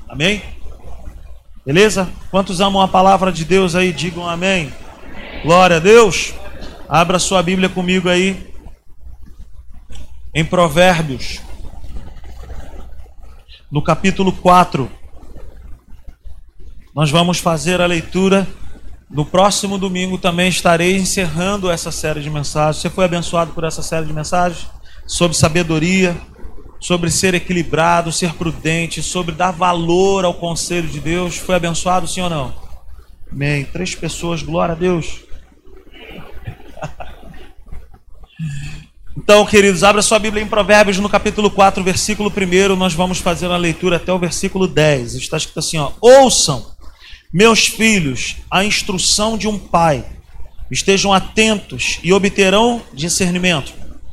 Amém? Beleza? Quantos amam a palavra de Deus aí, digam amém. Glória a Deus. Abra sua Bíblia comigo aí em Provérbios, no capítulo 4. Nós vamos fazer a leitura. No próximo domingo também estarei encerrando essa série de mensagens. Você foi abençoado por essa série de mensagens sobre sabedoria, sobre ser equilibrado, ser prudente, sobre dar valor ao conselho de Deus? Foi abençoado, sim ou não? Amém. 3 pessoas, glória a Deus. Então, queridos, abra sua Bíblia em Provérbios no capítulo 4, versículo 1. Nós vamos fazer a leitura até o versículo 10. Está escrito assim, ó: ouçam, meus filhos, a instrução de um pai. Estejam atentos e obterão discernimento.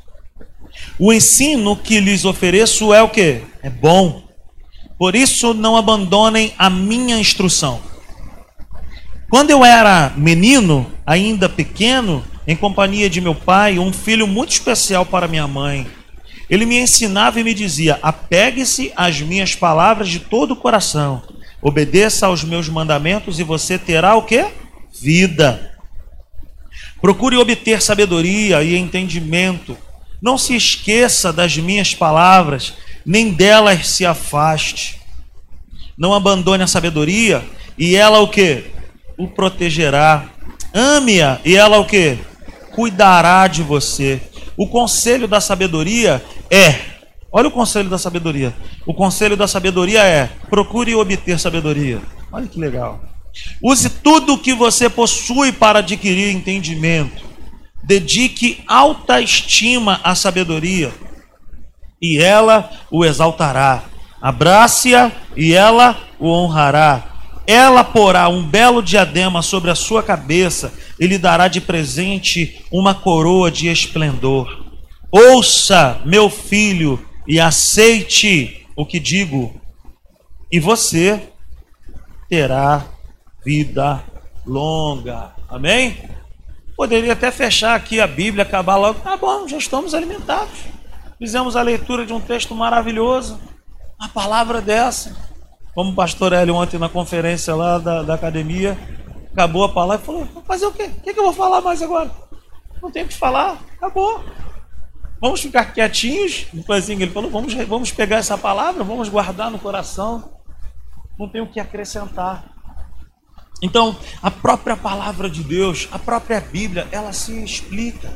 O ensino que lhes ofereço é o quê? É bom. Por isso não abandonem a minha instrução. Quando eu era menino, ainda pequeno, em companhia de meu pai, um filho muito especial para minha mãe, ele me ensinava e me dizia: apegue-se às minhas palavras de todo o coração, obedeça aos meus mandamentos e você terá o quê? Vida. Procure obter sabedoria e entendimento. Não se esqueça das minhas palavras, nem delas se afaste. Não abandone a sabedoria, e ela o quê? O protegerá. Ame-a, e ela o quê? Cuidará de você. O conselho da sabedoria é... Olha o conselho da sabedoria. O conselho da sabedoria é: procure obter sabedoria. Olha que legal. Use tudo o que você possui para adquirir entendimento. Dedique alta estima à sabedoria, e ela o exaltará. Abrace-a, e ela o honrará. Ela porá um belo diadema sobre a sua cabeça e lhe dará de presente uma coroa de esplendor. Ouça, meu filho, e aceite o que digo, e você terá vida longa. Amém? Poderia até fechar aqui a Bíblia, acabar logo. Tá bom, já estamos alimentados. Fizemos a leitura de um texto maravilhoso. Uma palavra dessa. Como o pastor Hélio ontem na conferência lá da academia, acabou a palavra e falou: vou fazer o quê? O que eu vou falar mais agora? Não tenho o que falar, acabou. Vamos ficar quietinhos. Depois assim ele falou: vamos pegar essa palavra, vamos guardar no coração. Não tem o que acrescentar. Então, a própria palavra de Deus, a própria Bíblia, ela se explica.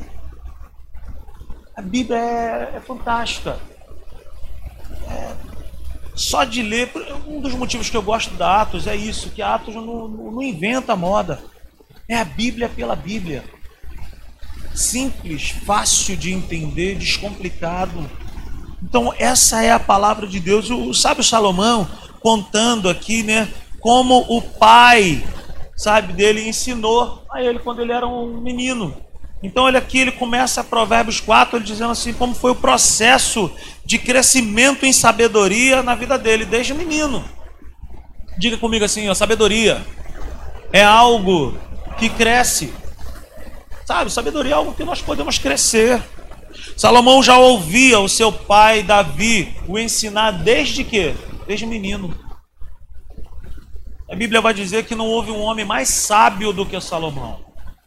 A Bíblia é fantástica. Só de ler, um dos motivos que eu gosto da Atos é isso, que a Atos não inventa moda. É a Bíblia pela Bíblia. Simples, fácil de entender, descomplicado. Então, essa é a palavra de Deus. O sábio Salomão, contando aqui, né, como o pai, sabe, dele ensinou a ele quando ele era um menino. Então ele começa Provérbios 4, ele dizendo assim, como foi o processo de crescimento em sabedoria na vida dele, desde menino. Diga comigo assim, ó: sabedoria é algo que cresce. Sabe, sabedoria é algo que nós podemos crescer. Salomão já ouvia o seu pai Davi o ensinar desde quê? Desde menino. A Bíblia vai dizer que não houve um homem mais sábio do que Salomão.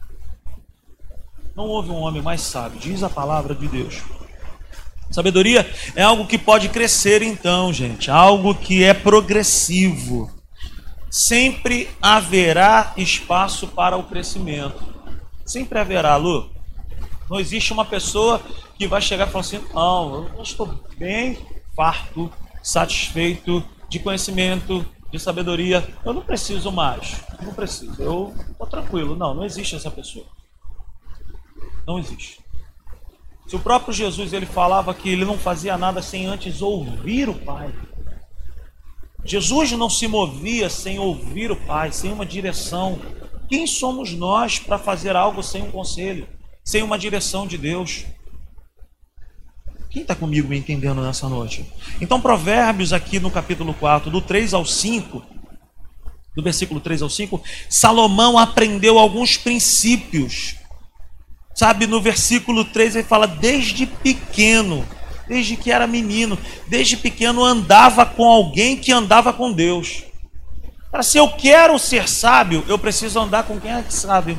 Não houve um homem mais sábio, diz a palavra de Deus. Sabedoria é algo que pode crescer então, gente. Algo que é progressivo. Sempre haverá espaço para o crescimento. Sempre haverá, Lu. Não existe uma pessoa que vai chegar e falar assim: não, eu estou bem farto, satisfeito de conhecimento, de sabedoria, eu não preciso mais, não preciso, eu estou tranquilo. Não existe essa pessoa. Não existe. Se o próprio Jesus ele falava que ele não fazia nada sem antes ouvir o Pai. Jesus não se movia sem ouvir o Pai, sem uma direção. Quem somos nós para fazer algo sem um conselho, sem uma direção de Deus? Quem está comigo me entendendo nessa noite? Então, Provérbios aqui no capítulo 4, do 3 ao 5, do versículo 3 ao 5, Salomão aprendeu alguns princípios. Sabe, no versículo 3 ele fala: desde pequeno desde que era menino, desde pequeno andava com alguém que andava com Deus. Cara, se eu quero ser sábio, eu preciso andar com quem é sábio.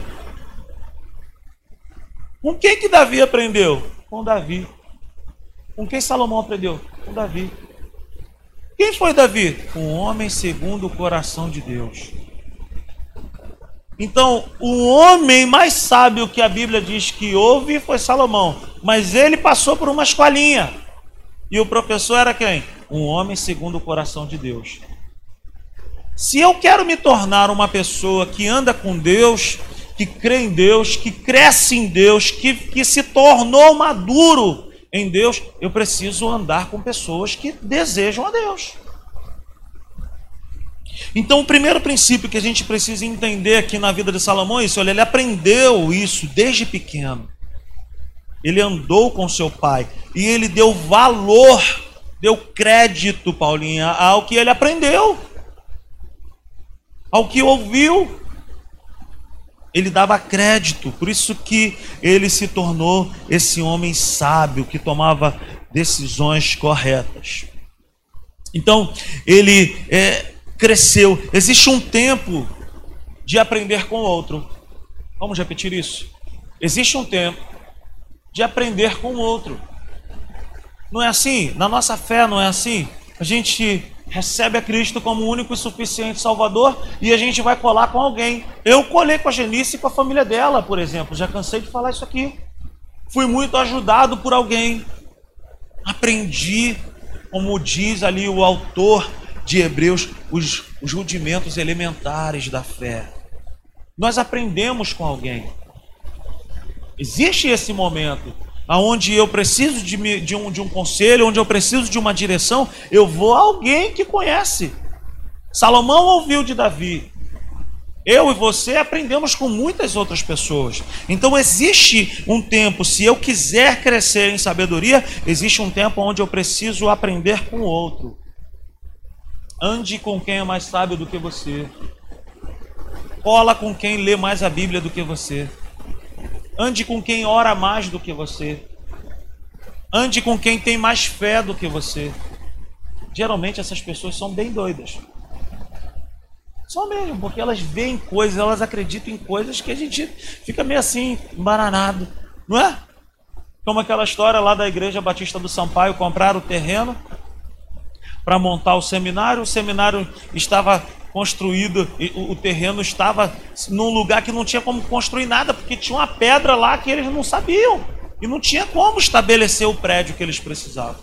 Com quem que Davi aprendeu? Com Davi. Com quem Salomão aprendeu? Com Davi. Quem foi Davi? Um homem segundo o coração de Deus. Então, o homem mais sábio que a Bíblia diz que houve foi Salomão. Mas ele passou por uma escolinha. E o professor era quem? Um homem segundo o coração de Deus. Se eu quero me tornar uma pessoa que anda com Deus, que crê em Deus, que cresce em Deus, que se tornou maduro em Deus, eu preciso andar com pessoas que desejam a Deus. Então, o primeiro princípio que a gente precisa entender aqui na vida de Salomão é isso. Olha, ele aprendeu isso desde pequeno. Ele andou com seu pai e ele deu valor, deu crédito, Paulinha, ao que ele aprendeu, ao que ouviu. Ele dava crédito, por isso que ele se tornou esse homem sábio que tomava decisões corretas. Então, ele cresceu. Existe um tempo de aprender com o outro. Vamos repetir isso? Existe um tempo de aprender com o outro. Não é assim? Na nossa fé não é assim? A gente recebe a Cristo como único e suficiente Salvador e a gente vai colar com alguém. Eu colei com a Genice e com a família dela, por exemplo. Já cansei de falar isso aqui. Fui muito ajudado por alguém. Aprendi, como diz ali o autor de Hebreus, os rudimentos elementares da fé. Nós aprendemos com alguém. Existe esse momento onde eu preciso de um conselho, onde eu preciso de uma direção, eu vou a alguém que conhece. Salomão ouviu de Davi. Eu e você aprendemos com muitas outras pessoas. Então existe um tempo, se eu quiser crescer em sabedoria, existe um tempo onde eu preciso aprender com o outro. Ande com quem é mais sábio do que você. Cola com quem lê mais a Bíblia do que você. Ande com quem ora mais do que você. Ande com quem tem mais fé do que você. Geralmente essas pessoas são bem doidas. São mesmo, porque elas veem coisas, elas acreditam em coisas que a gente fica meio assim, embananado. Não é? Como aquela história lá da Igreja Batista do Sampaio, compraram o terreno para montar o seminário estava construído, o terreno estava num lugar que não tinha como construir nada, porque tinha uma pedra lá que eles não sabiam, e não tinha como estabelecer o prédio que eles precisavam.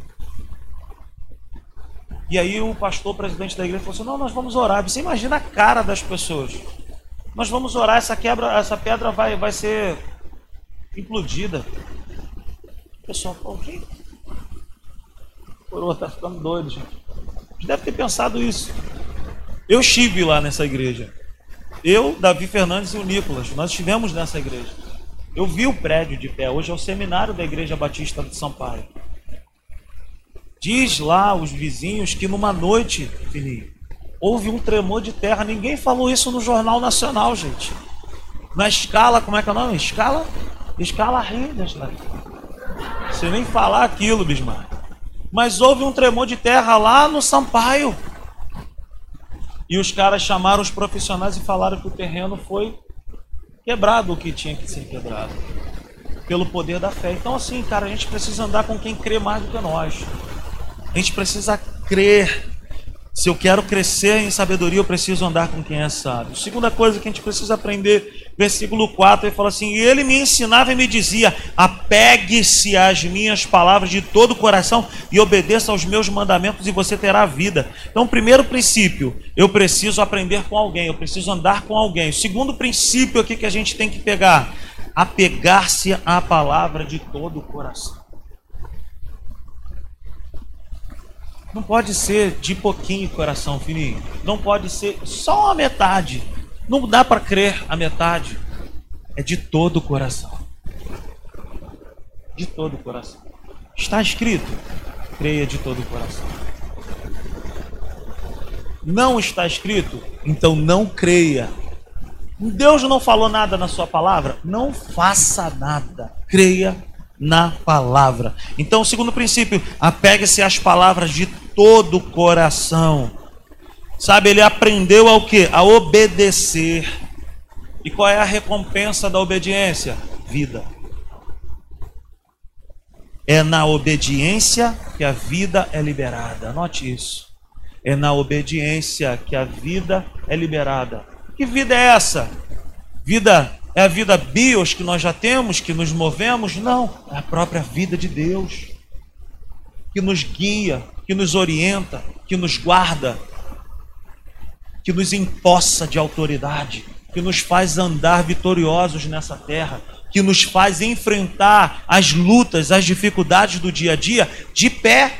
E aí o pastor, presidente da igreja, falou assim: não, nós vamos orar. Você imagina a cara das pessoas. Nós vamos orar, essa pedra vai ser implodida. O pessoal falou: o quê? Coroa, tá ficando doido, gente. Você deve ter pensado isso. Eu estive lá nessa igreja. Eu, Davi Fernandes e o Nicolas, nós estivemos nessa igreja. Eu vi o prédio de pé. Hoje é o seminário da Igreja Batista do Sampaio. Diz lá os vizinhos que numa noite, filhinho, houve um tremor de terra. Ninguém falou isso no Jornal Nacional, gente. Na escala, como é que é o nome? Escala Ridas, né? Você nem falar aquilo, Bismarck. Mas houve um tremor de terra lá no Sampaio. E os caras chamaram os profissionais e falaram que o terreno foi quebrado, o que tinha que ser quebrado, pelo poder da fé. Então assim, cara, a gente precisa andar com quem crê mais do que nós. A gente precisa crer. Se eu quero crescer em sabedoria, eu preciso andar com quem é sábio. Segunda coisa que a gente precisa aprender, versículo 4, ele fala assim: e ele me ensinava e me dizia: apegue-se às minhas palavras de todo o coração e obedeça aos meus mandamentos e você terá vida. Então, primeiro princípio, eu preciso aprender com alguém, eu preciso andar com alguém. O segundo princípio aqui que a gente tem que pegar: apegar-se à palavra de todo o coração. Não pode ser de pouquinho coração, filhinho. Não pode ser só a metade. Não dá para crer a metade. É de todo o coração. De todo o coração. Está escrito: creia de todo o coração. Não está escrito? Então não creia. Deus não falou nada na sua palavra? Não faça nada. Creia na palavra. Então, o segundo princípio, apegue-se às palavras de todo o coração. Sabe, ele aprendeu ao quê? A obedecer. E qual é a recompensa da obediência? Vida. É na obediência que a vida é liberada. Anote isso. É na obediência que a vida é liberada. Que vida é essa? Vida é a vida bios que nós já temos, que nos movemos? Não, é a própria vida de Deus, que nos guia, que nos orienta, que nos guarda, que nos empossa de autoridade, que nos faz andar vitoriosos nessa terra, que nos faz enfrentar as lutas, as dificuldades do dia a dia de pé.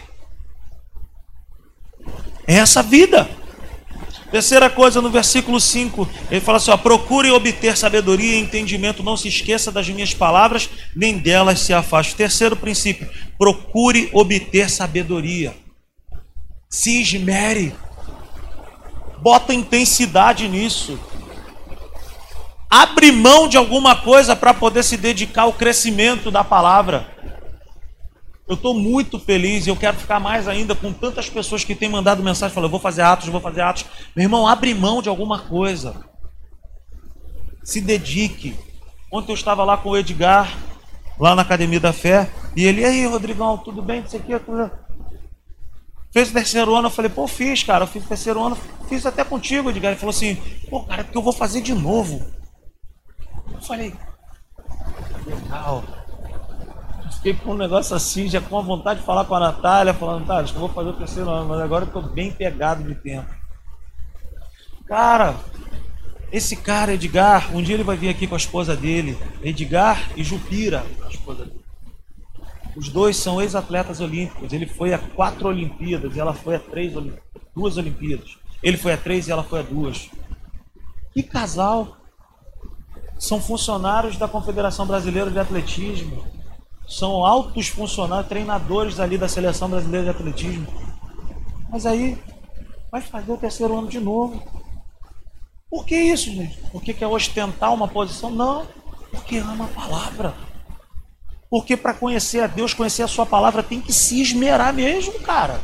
É essa vida. Terceira coisa, no versículo 5, ele fala assim, ó, procure obter sabedoria e entendimento, não se esqueça das minhas palavras, nem delas se afaste. Terceiro princípio, procure obter sabedoria. Se esmere. Bota intensidade nisso. Abre mão de alguma coisa para poder se dedicar ao crescimento da palavra. Eu estou muito feliz e eu quero ficar mais ainda com tantas pessoas que têm mandado mensagem falando, eu vou fazer atos, vou fazer atos. Meu irmão, abre mão de alguma coisa. Se dedique. Ontem eu estava lá com o Edgar, lá na Academia da Fé, e ele, e aí, Rodrigão, tudo bem? Isso aqui, fez o terceiro ano, eu falei, pô, fiz, cara, eu fiz o terceiro ano, fiz até contigo, Edgar. Ele falou assim, pô, cara, é porque eu vou fazer de novo. Eu falei, legal. Fiquei com um negócio assim, já com a vontade de falar com a Natália, falando, tá, acho que eu vou fazer o terceiro ano, mas agora eu estou bem pegado de tempo. Cara, esse cara, Edgar, um dia ele vai vir aqui com a esposa dele, Edgar e Jupira, a esposa dele. Os dois são ex-atletas olímpicos, ele foi a 4 Olimpíadas e ela foi a 2 Olimpíadas. Ele foi a 3 e ela foi a 2. Que casal! São funcionários da Confederação Brasileira de Atletismo. São altos funcionários, treinadores ali da Seleção Brasileira de Atletismo. Mas aí, vai fazer o terceiro ano de novo. Por que isso, gente? Porque quer ostentar uma posição? Não, porque ama a palavra. Porque para conhecer a Deus, conhecer a sua palavra, tem que se esmerar mesmo, cara.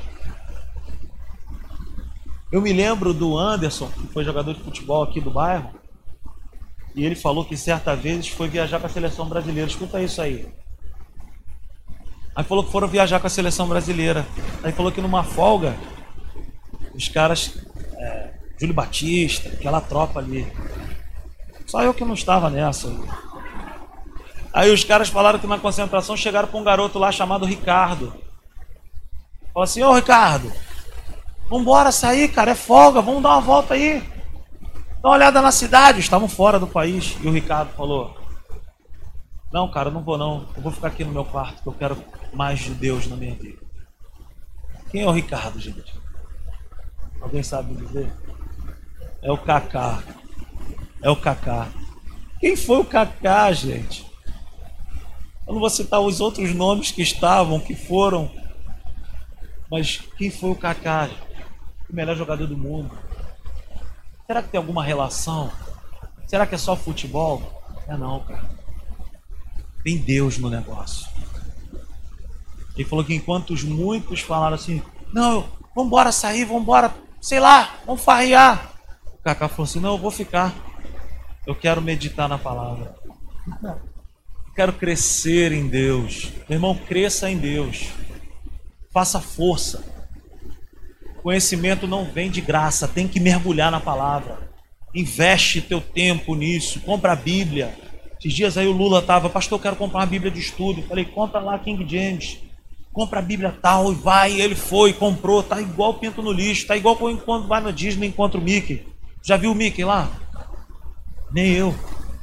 Eu me lembro do Anderson, que foi jogador de futebol aqui do bairro, e ele falou que certa vez foi viajar com a Seleção Brasileira. Escuta isso aí. Aí falou que foram viajar com a Seleção Brasileira. Aí falou que numa folga, os caras, Júlio Batista, aquela tropa ali. Só eu que não estava nessa. Aí os caras falaram que na concentração chegaram para um garoto lá chamado Ricardo. Falou assim, ô Ricardo, vambora sair, cara, é folga, vamos dar uma volta aí. Dá uma olhada na cidade. Estavam fora do país. E o Ricardo falou, não, cara, não vou não. Eu vou ficar aqui no meu quarto, que eu quero mais de Deus na minha vida. Quem é o Ricardo, gente? Alguém sabe dizer? É o Kaká. É o Kaká. Quem foi o Kaká, gente? Eu não vou citar os outros nomes que estavam, que foram. Mas quem foi o Kaká? O melhor jogador do mundo. Será que tem alguma relação? Será que é só futebol? É não, cara. Tem Deus no negócio. Ele falou que enquanto muitos falaram assim, não, vamos embora sair, vamos embora, sei lá, vamos farrear. O Kaká falou assim, não, eu vou ficar. Eu quero meditar na palavra. Eu quero crescer em Deus. Meu irmão, cresça em Deus. Faça força. Conhecimento não vem de graça, tem que mergulhar na palavra. Investe teu tempo nisso, compra a Bíblia. Esses dias aí o Lula estava, pastor, eu quero comprar uma Bíblia de estudo. Eu falei, compra lá King James. Compra a Bíblia tal e vai. Ele foi, comprou, tá igual pinto no lixo, tá igual quando vai na Disney e encontra o Mickey. Já viu o Mickey lá? Nem eu.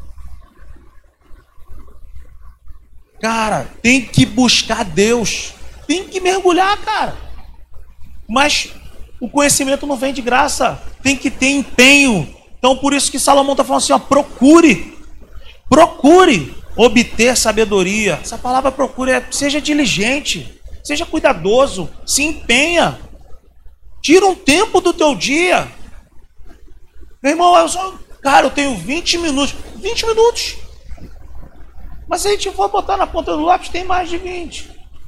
Cara, tem que buscar Deus. Tem que mergulhar, cara. Mas o conhecimento não vem de graça. Tem que ter empenho. Então por isso que Salomão está falando assim, ó, procure obter sabedoria. Essa palavra procure seja diligente, seja cuidadoso, se empenha. Tira um tempo do teu dia. Meu irmão, cara, eu tenho 20 minutos. 20 minutos. Mas se a gente for botar na ponta do lápis, tem mais de 20.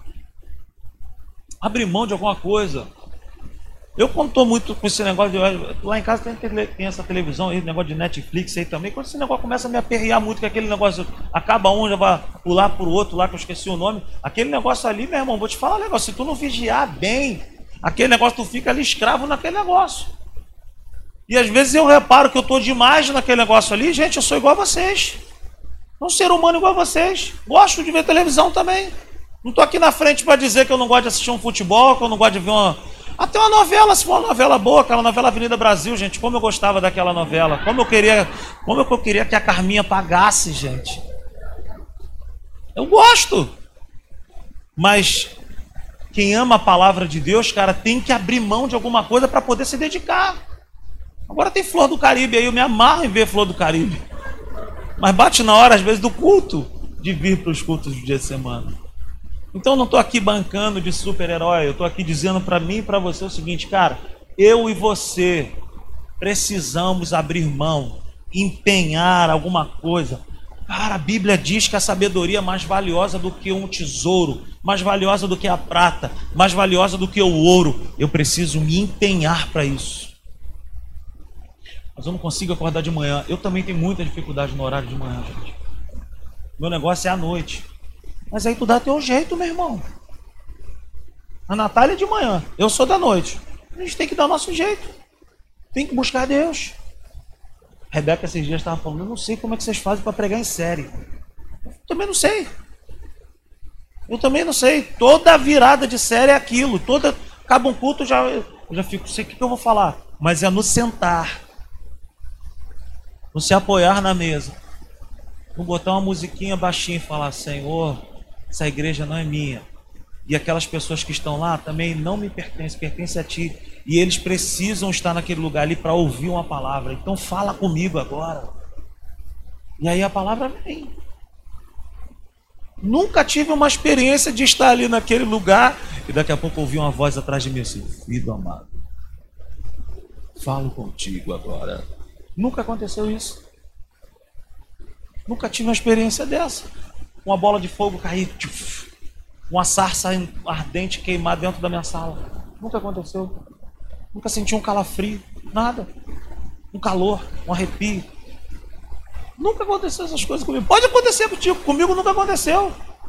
Abrir mão de alguma coisa. Eu quando estou muito com esse negócio, lá em casa tem essa televisão aí, negócio de Netflix aí também, quando esse negócio começa a me aperrear muito, que aquele negócio acaba um, já vai pular pro outro lá, que eu esqueci o nome, aquele negócio ali, meu irmão, vou te falar um negócio, se tu não vigiar bem, aquele negócio, tu fica ali escravo naquele negócio. E às vezes eu reparo que eu estou demais naquele negócio ali, gente, eu sou igual a vocês. Sou um ser humano igual a vocês. Gosto de ver televisão também. Não estou aqui na frente para dizer que eu não gosto de assistir um futebol, que eu não gosto de ver até uma novela, se for uma novela boa, aquela novela Avenida Brasil, gente, como eu gostava daquela novela. Como eu queria que a Carminha pagasse, gente. Eu gosto. Mas quem ama a palavra de Deus, cara, tem que abrir mão de alguma coisa para poder se dedicar. Agora tem Flor do Caribe aí, eu me amarro em ver Flor do Caribe. Mas bate na hora, às vezes, do culto, de vir para os cultos do dia de semana. Então eu não estou aqui bancando de super-herói, eu estou aqui dizendo para mim e para você o seguinte, cara, eu e você precisamos abrir mão, empenhar alguma coisa. Cara, a Bíblia diz que a sabedoria é mais valiosa do que um tesouro, mais valiosa do que a prata, mais valiosa do que o ouro. Eu preciso me empenhar para isso. Mas eu não consigo acordar de manhã. Eu também tenho muita dificuldade no horário de manhã, gente. Meu negócio é à noite. Mas aí tu dá teu jeito, meu irmão. A Natália é de manhã, eu sou da noite. A gente tem que dar o nosso jeito. Tem que buscar Deus. A Rebeca esses dias estava falando, eu não sei como é que vocês fazem para pregar em série. Eu também não sei. Eu também não sei. Toda virada de série é aquilo. Acaba um culto, eu já fico, sei o que eu vou falar. Mas é no sentar. No se apoiar na mesa. No botar uma musiquinha baixinha e falar, Senhor, essa igreja não é minha. E aquelas pessoas que estão lá também não me pertencem, pertencem a ti. E eles precisam estar naquele lugar ali para ouvir uma palavra. Então fala comigo agora. E aí a palavra vem. Nunca tive uma experiência de estar ali naquele lugar e daqui a pouco ouvir uma voz atrás de mim assim, filho amado, falo contigo agora. Nunca aconteceu isso. Nunca tive uma experiência dessa. Uma bola de fogo cair, uma sarça ardente queimar dentro da minha sala. Nunca aconteceu. Nunca senti um calafrio, nada. Um calor, um arrepio. Nunca aconteceu essas coisas comigo. Pode acontecer contigo, comigo nunca aconteceu.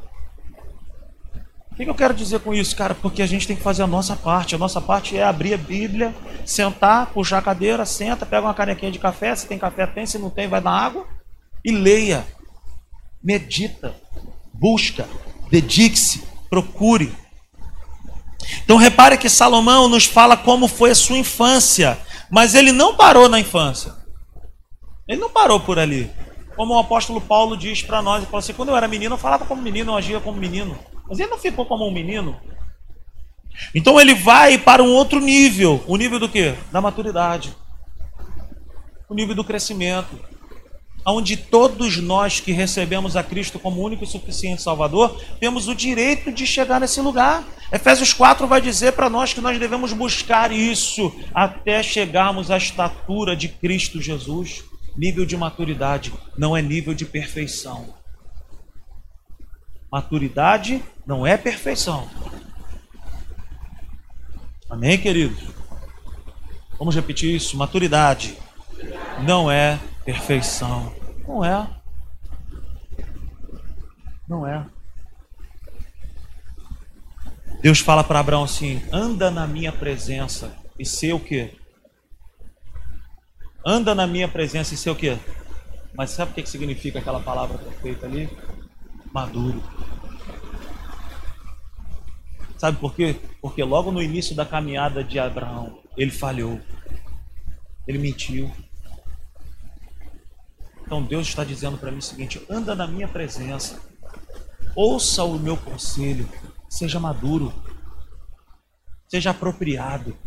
O que eu quero dizer com isso, cara? Porque a gente tem que fazer a nossa parte. A nossa parte é abrir a Bíblia, sentar, puxar a cadeira, senta, pega uma canequinha de café. Se tem café, tem. Se não tem, vai na água. E leia. Medita. Busca. Dedique-se. Procure. Então repare que Salomão nos fala como foi a sua infância. Mas ele não parou na infância. Ele não parou por ali. Como o apóstolo Paulo diz para nós. Ele falou assim, quando eu era menino, eu falava como menino, eu agia como menino. Mas ele não ficou como um menino. Então ele vai para um outro nível. O nível do quê? Da maturidade. O nível do crescimento. Onde todos nós que recebemos a Cristo como único e suficiente Salvador, temos o direito de chegar nesse lugar. Efésios 4 vai dizer para nós que nós devemos buscar isso até chegarmos à estatura de Cristo Jesus. Nível de maturidade não é nível de perfeição. Maturidade não é perfeição. Amém, queridos? Vamos repetir isso. Maturidade não é perfeição. Não é. Não é. Deus fala para Abraão assim, anda na minha presença e ser o quê? Anda na minha presença e ser o quê? Mas sabe o que significa aquela palavra perfeita ali? Maduro. Sabe por quê? Porque logo no início da caminhada de Abraão, ele falhou. Ele mentiu. Então Deus está dizendo para mim o seguinte, anda na minha presença. Ouça o meu conselho. Seja maduro. Seja apropriado.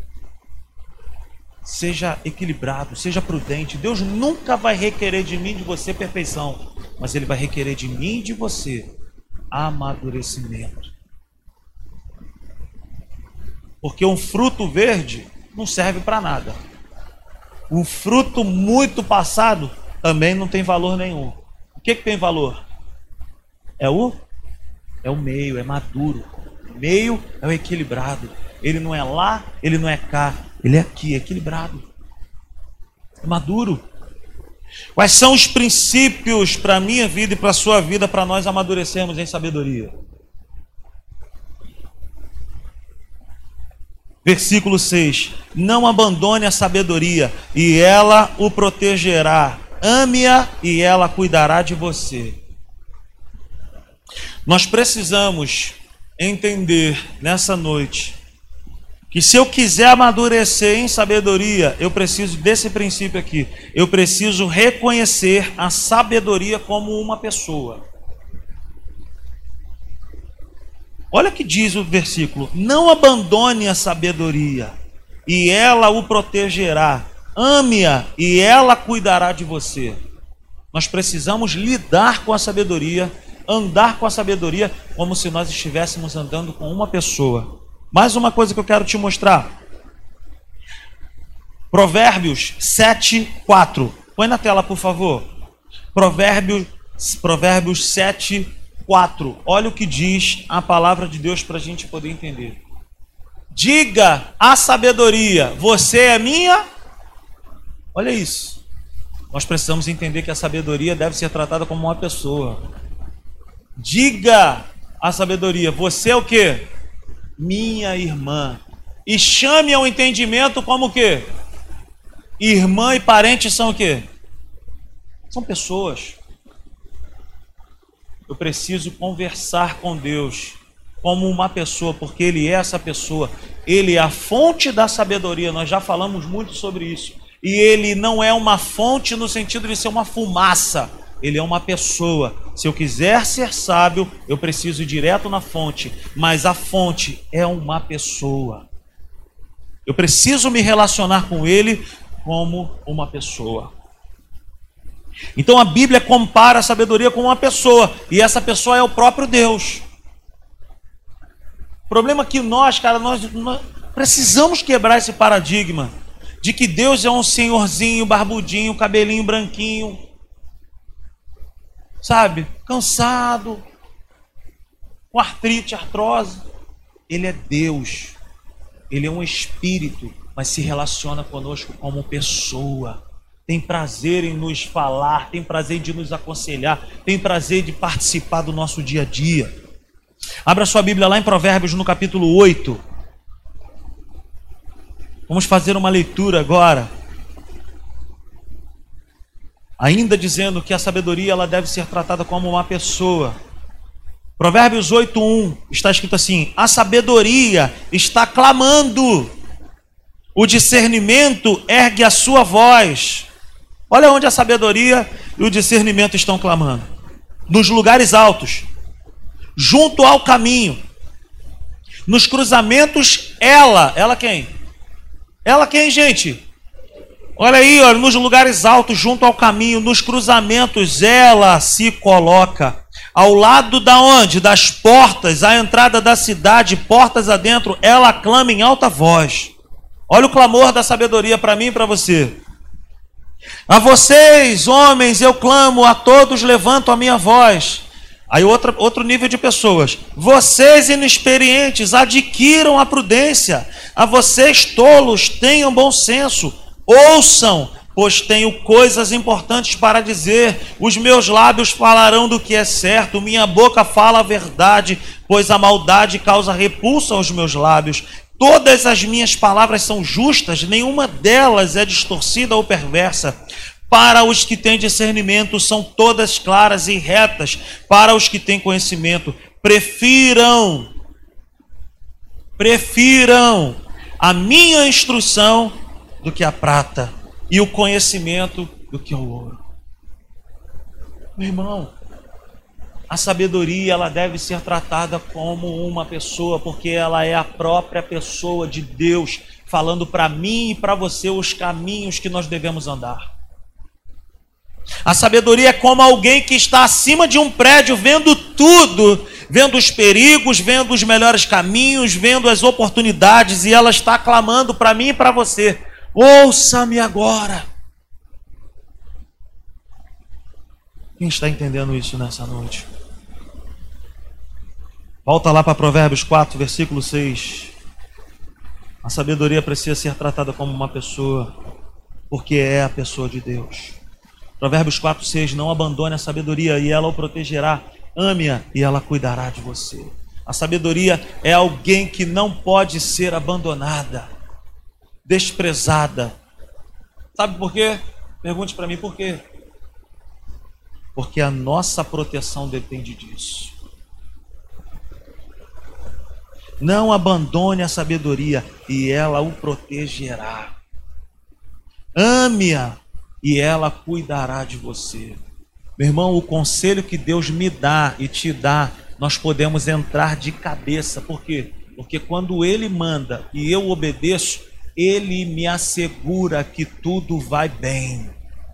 Seja equilibrado. Seja prudente. Deus nunca vai requerer de mim e de você perfeição. Mas Ele vai requerer de mim e de você amadurecimento. Porque um fruto verde não serve para nada. Um fruto muito passado também não tem valor nenhum. O que tem valor? É o meio, é maduro. O meio é o equilibrado. Ele não é lá, ele não é cá. Ele é aqui, é equilibrado. É maduro. Quais são os princípios para a minha vida e para a sua vida para nós amadurecermos em sabedoria? Versículo 6. Não abandone a sabedoria e ela o protegerá. Ame-a e ela cuidará de você. Nós precisamos entender nessa noite que se eu quiser amadurecer em sabedoria, eu preciso desse princípio aqui. Eu preciso reconhecer a sabedoria como uma pessoa. Olha o que diz o versículo. Não abandone a sabedoria e ela o protegerá. Ame-a e ela cuidará de você. Nós precisamos lidar com a sabedoria, andar com a sabedoria como se nós estivéssemos andando com uma pessoa. Mais uma coisa que eu quero te mostrar. Provérbios 7:4. Põe na tela, por favor. Provérbios 7:4. Olha o que diz a palavra de Deus para a gente poder entender. Diga à sabedoria, você é minha. Olha isso. Nós precisamos entender que a sabedoria deve ser tratada como uma pessoa. Diga à sabedoria, você é o quê? Minha irmã. E chame ao entendimento como o quê? Irmã e parente são o quê? São pessoas. Eu preciso conversar com Deus como uma pessoa, porque Ele é essa pessoa. Ele é a fonte da sabedoria. Nós já falamos muito sobre isso. E Ele não é uma fonte no sentido de ser uma fumaça. Ele é uma pessoa. Se eu quiser ser sábio, eu preciso ir direto na fonte. Mas a fonte é uma pessoa. Eu preciso me relacionar com Ele como uma pessoa. Então a Bíblia compara a sabedoria com uma pessoa. E essa pessoa é o próprio Deus. O problema é que nós precisamos quebrar esse paradigma de que Deus é um senhorzinho, barbudinho, cabelinho branquinho, sabe, cansado, com artrite, artrose. Ele é Deus. Ele é um espírito, mas se relaciona conosco como pessoa. Tem prazer em nos falar, tem prazer de nos aconselhar, tem prazer de participar do nosso dia a dia. Abra sua Bíblia lá em Provérbios, no capítulo 8. Vamos fazer uma leitura agora. Ainda dizendo que a sabedoria ela deve ser tratada como uma pessoa. Provérbios 8:1 está escrito assim: a sabedoria está clamando, o discernimento ergue a sua voz. Olha onde a sabedoria e o discernimento estão clamando. Nos lugares altos, junto ao caminho, nos cruzamentos, ela quem? Ela quem, gente? Olha aí, olha, nos lugares altos, junto ao caminho, nos cruzamentos, ela se coloca. Ao lado da onde? Das portas, à entrada da cidade, portas adentro, ela clama em alta voz. Olha o clamor da sabedoria para mim e para você. A vocês, homens, eu clamo, a todos levanto a minha voz. Aí outro nível de pessoas. Vocês inexperientes, adquiram a prudência. A vocês, tolos, tenham bom senso. Ouçam, pois tenho coisas importantes para dizer. Os meus lábios falarão do que é certo. Minha boca fala a verdade, pois a maldade causa repulsa aos meus lábios. Todas as minhas palavras são justas, nenhuma delas é distorcida ou perversa. Para os que têm discernimento, são todas claras e retas. Para os que têm conhecimento, prefiram a minha instrução do que a prata, e o conhecimento do que o ouro. Meu irmão, a sabedoria ela deve ser tratada como uma pessoa, porque ela é a própria pessoa de Deus, falando para mim e para você os caminhos que nós devemos andar. A sabedoria é como alguém que está acima de um prédio, vendo tudo, vendo os perigos, vendo os melhores caminhos, vendo as oportunidades, e ela está clamando para mim e para você: ouça-me agora. Quem está entendendo isso nessa noite? Volta lá para Provérbios 4, versículo 6. A sabedoria precisa ser tratada como uma pessoa, porque é a pessoa de Deus. Provérbios 4, 6. Não abandone a sabedoria e ela o protegerá. Ame-a e ela cuidará de você. A sabedoria é alguém que não pode ser abandonada, desprezada. Sabe por quê? Pergunte para mim por quê. Porque a nossa proteção depende disso. Não abandone a sabedoria e ela o protegerá. Ame-a e ela cuidará de você. Meu irmão, o conselho que Deus me dá e te dá, nós podemos entrar de cabeça. Por quê? Porque quando Ele manda e eu obedeço, Ele me assegura que tudo vai bem.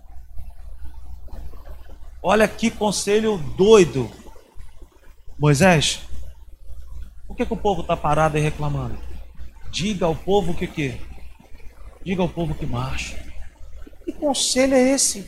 Olha que conselho doido. Moisés, por que o povo está parado e reclamando? Diga ao povo que quê? Diga ao povo que marcha. Que conselho é esse?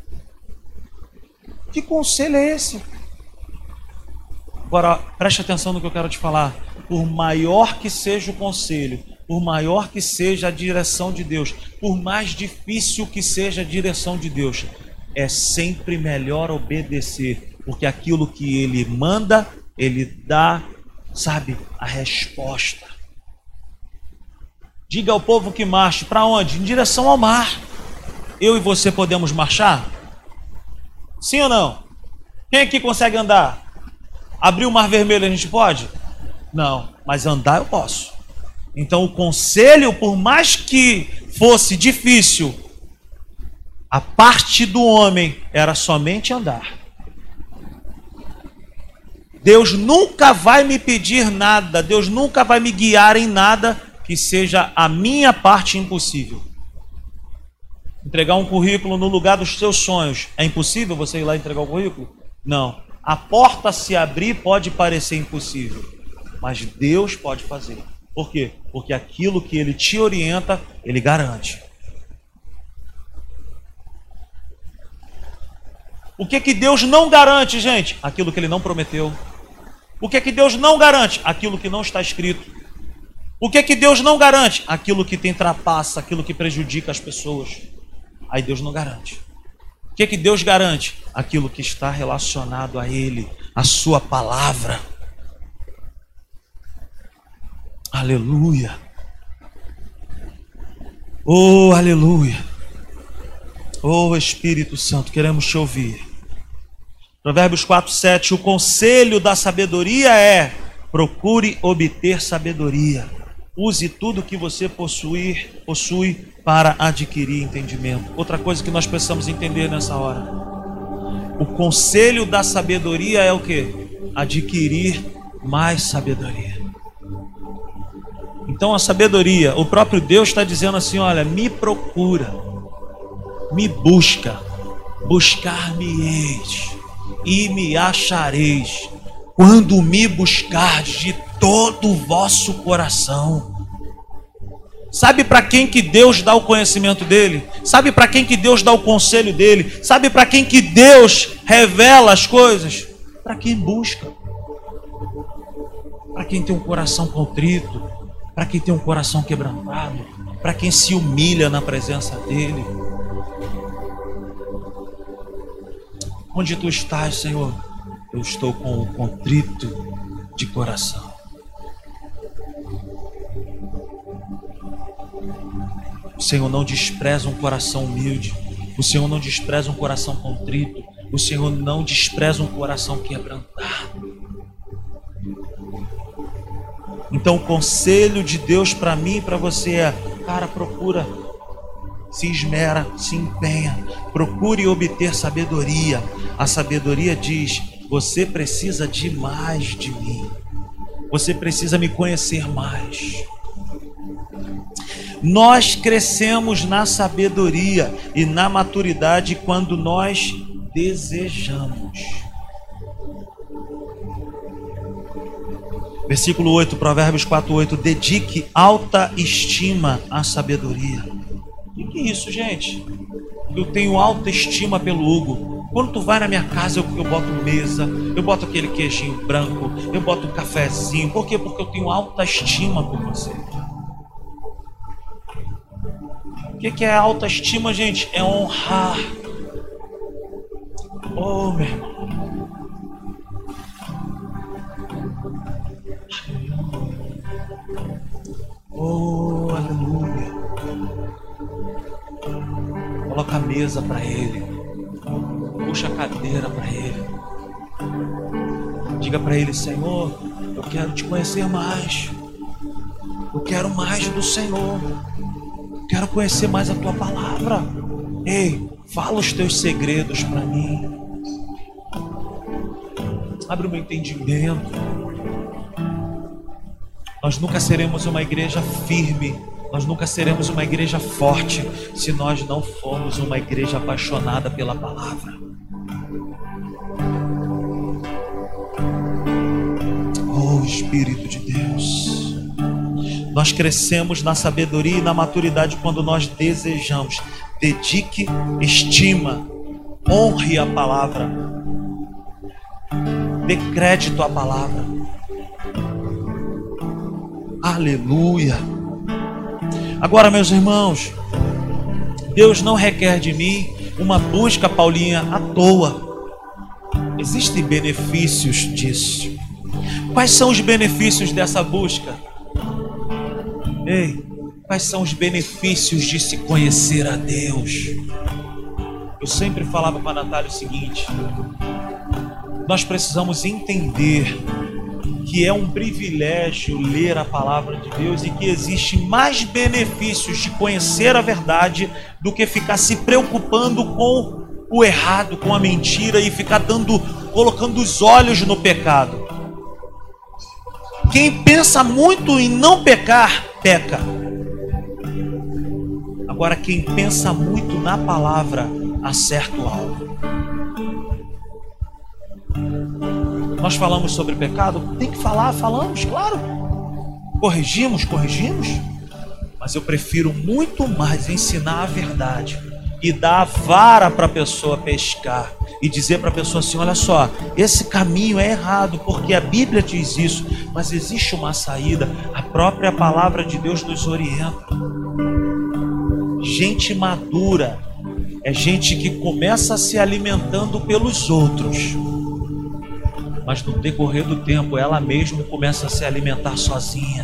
Que conselho é esse? Agora, preste atenção no que eu quero te falar. Por maior que seja o conselho, por maior que seja a direção de Deus, por mais difícil que seja a direção de Deus, é sempre melhor obedecer, porque aquilo que Ele manda, Ele dá, sabe, a resposta. Diga ao povo que marche. Para onde? Em direção ao mar. Eu e você podemos marchar? Sim ou não? Quem aqui consegue andar? Abrir o mar vermelho a gente pode? Não, mas andar eu posso. Então o conselho, por mais que fosse difícil, a parte do homem era somente andar. Deus nunca vai me pedir nada, Deus nunca vai me guiar em nada que seja a minha parte impossível. Entregar um currículo no lugar dos seus sonhos, é impossível você ir lá entregar o currículo? Não. A porta se abrir pode parecer impossível, mas Deus pode fazer. Por quê? Porque aquilo que Ele te orienta, Ele garante. O que Deus não garante, gente? Aquilo que Ele não prometeu. O que Deus não garante? Aquilo que não está escrito. O que Deus não garante? Aquilo que tem trapaça, aquilo que prejudica as pessoas. Aí Deus não garante. O que Deus garante? Aquilo que está relacionado a Ele, a sua palavra. Aleluia. Oh, aleluia. Oh, Espírito Santo, queremos te ouvir. Provérbios 4, 7. O conselho da sabedoria é: procure obter sabedoria. Use tudo que você possui para adquirir entendimento. Outra coisa que nós precisamos entender nessa hora. O conselho da sabedoria é o quê? Adquirir mais sabedoria. Então a sabedoria, o próprio Deus está dizendo assim: olha, me procura, me busca, buscar-me-eis e me achareis, quando me buscardes de todo o vosso coração. Sabe para quem que Deus dá o conhecimento dele? Sabe para quem que Deus dá o conselho dele? Sabe para quem que Deus revela as coisas? Para quem busca. Para quem tem um coração contrito, para quem tem um coração quebrantado, para quem se humilha na presença dele. Onde tu estás, Senhor? Eu estou com o contrito de coração. O Senhor não despreza um coração humilde. O Senhor não despreza um coração contrito. O Senhor não despreza um coração quebrantado. Então o conselho de Deus para mim e para você é: cara, procura, se esmera, se empenha, procure obter sabedoria. A sabedoria diz: você precisa de mais de mim. Você precisa me conhecer mais. Nós crescemos na sabedoria e na maturidade quando nós desejamos. Versículo 8, Provérbios 4, 8. Dedique alta estima à sabedoria. O que é isso, gente? Eu tenho alta estima pelo Hugo. Quando tu vai na minha casa, eu boto mesa, eu boto aquele queijinho branco, eu boto um cafezinho. Por quê? Porque eu tenho alta estima por você. O que é autoestima, gente? É honrar. Oh, meu irmão. Oh, aleluia. Coloca a mesa para ele. Puxa a cadeira para ele. Diga para ele: Senhor, eu quero te conhecer mais. Eu quero mais do Senhor. Eu quero conhecer mais a tua palavra. Ei, fala os teus segredos para mim. Abre o meu entendimento. Nós nunca seremos uma igreja firme, nós nunca seremos uma igreja forte, se nós não formos uma igreja apaixonada pela palavra. Oh, Espírito de Deus. Nós crescemos na sabedoria e na maturidade quando nós desejamos. Dedique, estima, honre a palavra. Dê crédito à palavra. Aleluia. Agora, meus irmãos, Deus não requer de mim uma busca, Paulinha, à toa. Existem benefícios disso. Quais são os benefícios dessa busca? Ei, quais são os benefícios de se conhecer a Deus? Eu sempre falava para a Natália o seguinte: nós precisamos entender que é um privilégio ler a palavra de Deus e que existe mais benefícios de conhecer a verdade do que ficar se preocupando com o errado, com a mentira e ficar colocando os olhos no pecado. Quem pensa muito em não pecar, peca. Agora, quem pensa muito na palavra, acerta o alvo. Nós falamos sobre pecado? Tem que falar, falamos, claro. Corrigimos, mas eu prefiro muito mais ensinar a verdade e dar a vara para a pessoa pescar e dizer para a pessoa assim: olha só, esse caminho é errado porque a Bíblia diz isso, mas existe uma saída. A própria palavra de Deus nos orienta. Gente madura é gente que começa se alimentando pelos outros, mas no decorrer do tempo ela mesma começa a se alimentar sozinha.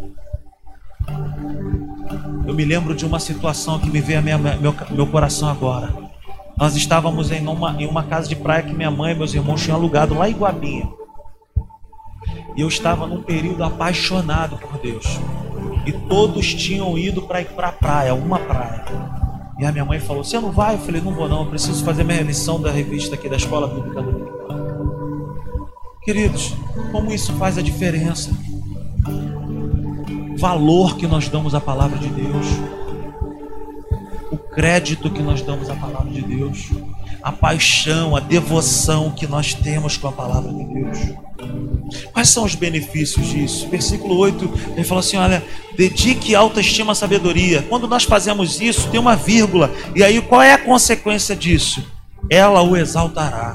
Eu me lembro de uma situação que me veio a meu coração agora. Nós estávamos em uma casa de praia que minha mãe e meus irmãos tinham alugado lá em Guabinha. E eu estava num período apaixonado por Deus. E todos tinham ido para ir para a praia, uma praia. E a minha mãe falou: você não vai? Eu falei: não vou não, eu preciso fazer minha lição da revista aqui da Escola Bíblica Dominical. Queridos, como isso faz a diferença? O valor que nós damos à palavra de Deus, o crédito que nós damos à palavra de Deus, a paixão, a devoção que nós temos com a palavra de Deus. Quais são os benefícios disso? Versículo 8, ele fala assim: olha, dedique autoestima à sabedoria. Quando nós fazemos isso, tem uma vírgula. E aí qual é a consequência disso? Ela o exaltará.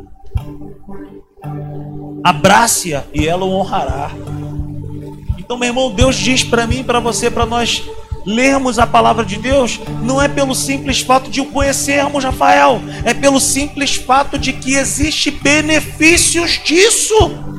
Abrace-a e ela o honrará. Então, meu irmão, Deus diz para mim e para você, para nós lermos a palavra de Deus, não é pelo simples fato de o conhecermos, Rafael, é pelo simples fato de que existe benefícios disso.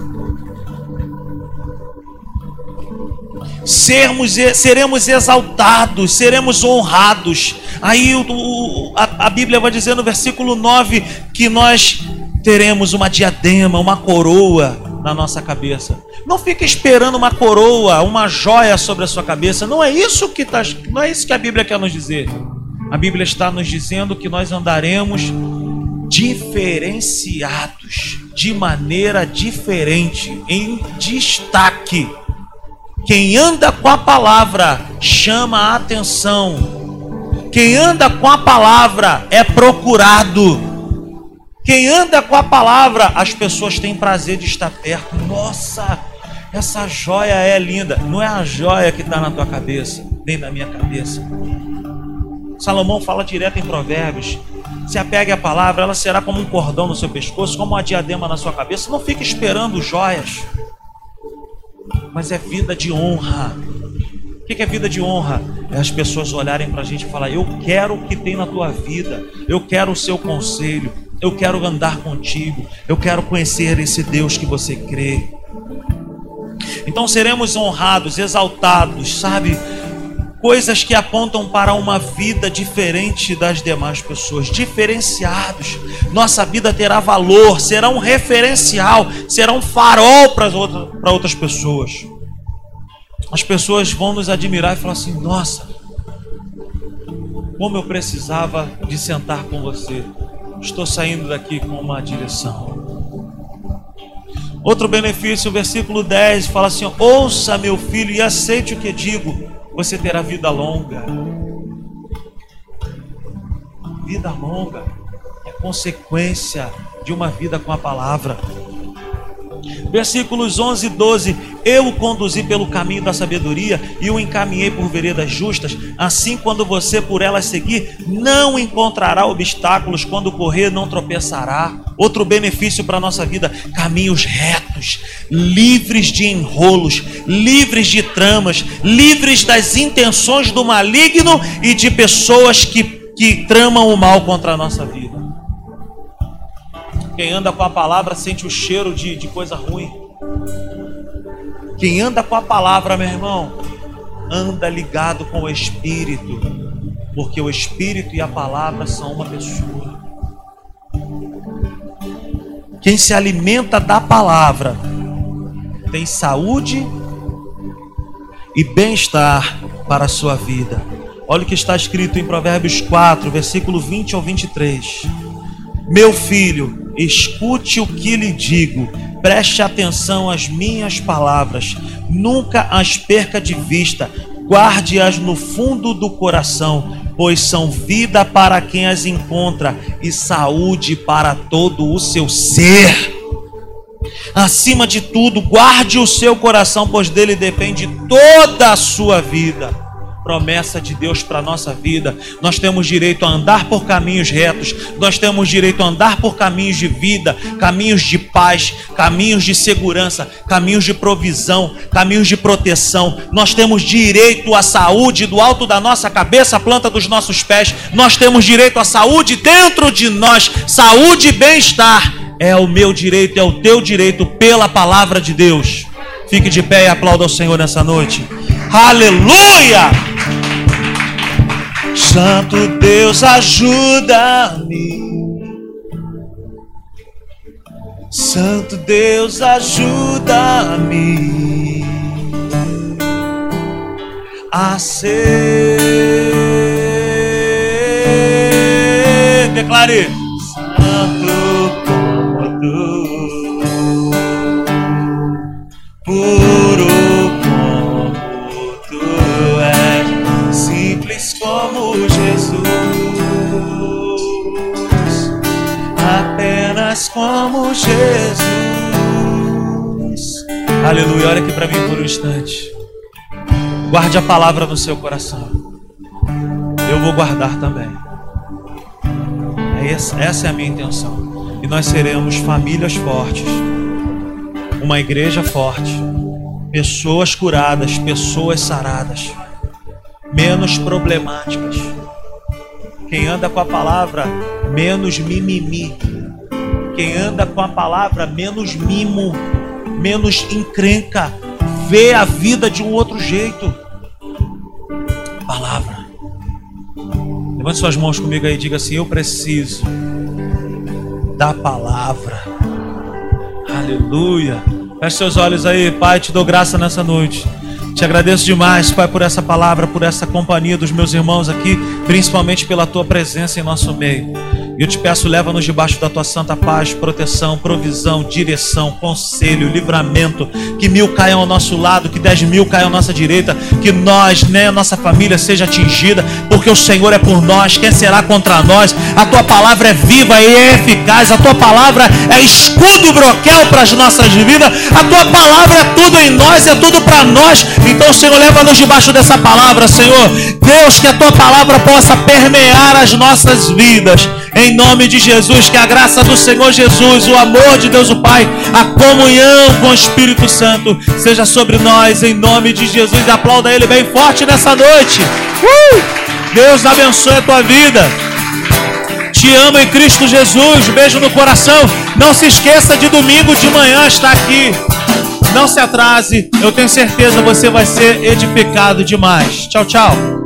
Seremos exaltados, seremos honrados. Aí a Bíblia vai dizer no versículo 9 que nós teremos uma diadema, uma coroa na nossa cabeça. Não fique esperando uma coroa, uma joia sobre a sua cabeça. Não é isso que a Bíblia quer nos dizer. A Bíblia está nos dizendo que nós andaremos diferenciados, de maneira diferente, em destaque. Quem anda com a palavra chama a atenção. Quem anda com a palavra é procurado. Quem anda com a palavra, as pessoas têm prazer de estar perto. Nossa, essa joia é linda. Não é a joia que está na tua cabeça, nem na minha cabeça. Salomão fala direto em Provérbios Se apegue à palavra, ela será como um cordão no seu pescoço, como uma diadema na sua cabeça. Não fique esperando joias, mas é vida de honra. O que é vida de honra? É as pessoas olharem para a gente e falar: eu quero o que tem na tua vida, eu quero o seu conselho, eu quero andar contigo, eu quero conhecer esse Deus que você crê. Então seremos honrados, exaltados, sabe? Coisas que apontam para uma vida diferente das demais pessoas, diferenciados. Nossa vida terá valor, será um referencial, será um farol para outras pessoas. As pessoas vão nos admirar e falar assim: nossa, como eu precisava de sentar com você. Estou saindo daqui com uma direção. Outro benefício, o versículo 10 fala assim: ouça, meu filho, e aceite o que digo. Você terá vida longa. Vida longa é consequência de uma vida com a palavra. Versículos 11 e 12: eu o conduzi pelo caminho da sabedoria e o encaminhei por veredas justas. Assim, quando você por elas seguir, não encontrará obstáculos. Quando correr, não tropeçará. Outro benefício para a nossa vida: caminhos retos, livres de enrolos, livres de tramas, livres das intenções do maligno e de pessoas que tramam o mal contra a nossa vida. Quem anda com a palavra sente o cheiro de coisa ruim. Quem anda com a palavra, meu irmão, anda ligado com o Espírito, porque o Espírito e a palavra são uma pessoa. Quem se alimenta da palavra tem saúde e bem-estar para a sua vida. Olha o que está escrito em Provérbios 4, versículo 20 ao 23. Meu filho, escute o que lhe digo, preste atenção às minhas palavras, nunca as perca de vista, guarde-as no fundo do coração, pois são vida para quem as encontra e saúde para todo o seu ser. Acima de tudo, guarde o seu coração, pois dele depende toda a sua vida. Promessa de Deus para a nossa vida. Nós temos direito a andar por caminhos retos, nós temos direito a andar por caminhos de vida, caminhos de paz, caminhos de segurança, caminhos de provisão, caminhos de proteção. Nós temos direito à saúde do alto da nossa cabeça à planta dos nossos pés. Nós temos direito à saúde dentro de nós, saúde e bem-estar. É o meu direito, é o teu direito pela palavra de Deus. Fique de pé e aplauda ao Senhor nessa noite. Aleluia! Santo Deus, ajuda-me. Santo Deus, ajuda-me a ser. Declare: santo como tu, puro como tu és, simples como Jesus, apenas como Jesus. Aleluia. Olha aqui para mim por um instante. Guarde a palavra no seu coração. Eu vou guardar também. Essa é a minha intenção. E nós seremos famílias fortes, uma igreja forte, pessoas curadas, pessoas saradas, menos problemáticas. Quem anda com a palavra, menos mimimi. Quem anda com a palavra, menos mimo, menos encrenca, vê a vida de um outro jeito. Palavra. Levante suas mãos comigo aí e diga assim: eu preciso da palavra. Aleluia. Feche seus olhos aí. Pai, te dou graça nessa noite. Te agradeço demais, Pai, por essa palavra, por essa companhia dos meus irmãos aqui, principalmente pela tua presença em nosso meio. E eu te peço, leva-nos debaixo da tua santa paz, proteção, provisão, direção, conselho, livramento. Que 1000 caiam ao nosso lado, que 10.000 caiam à nossa direita, que nós, a nossa família seja atingida por porque o Senhor é por nós. Quem será contra nós? A tua palavra é viva e é eficaz. A tua palavra é escudo e broquel para as nossas vidas. A tua palavra é tudo em nós, é tudo para nós. Então, Senhor, leva-nos debaixo dessa palavra, Senhor. Deus, que a tua palavra possa permear as nossas vidas. Em nome de Jesus, que a graça do Senhor Jesus, o amor de Deus o Pai, a comunhão com o Espírito Santo seja sobre nós, em nome de Jesus. E aplauda Ele bem forte nessa noite. Deus abençoe a tua vida. Te amo em Cristo Jesus. Beijo no coração. Não se esqueça de domingo de manhã estar aqui. Não se atrase. Eu tenho certeza que você vai ser edificado demais. Tchau, tchau.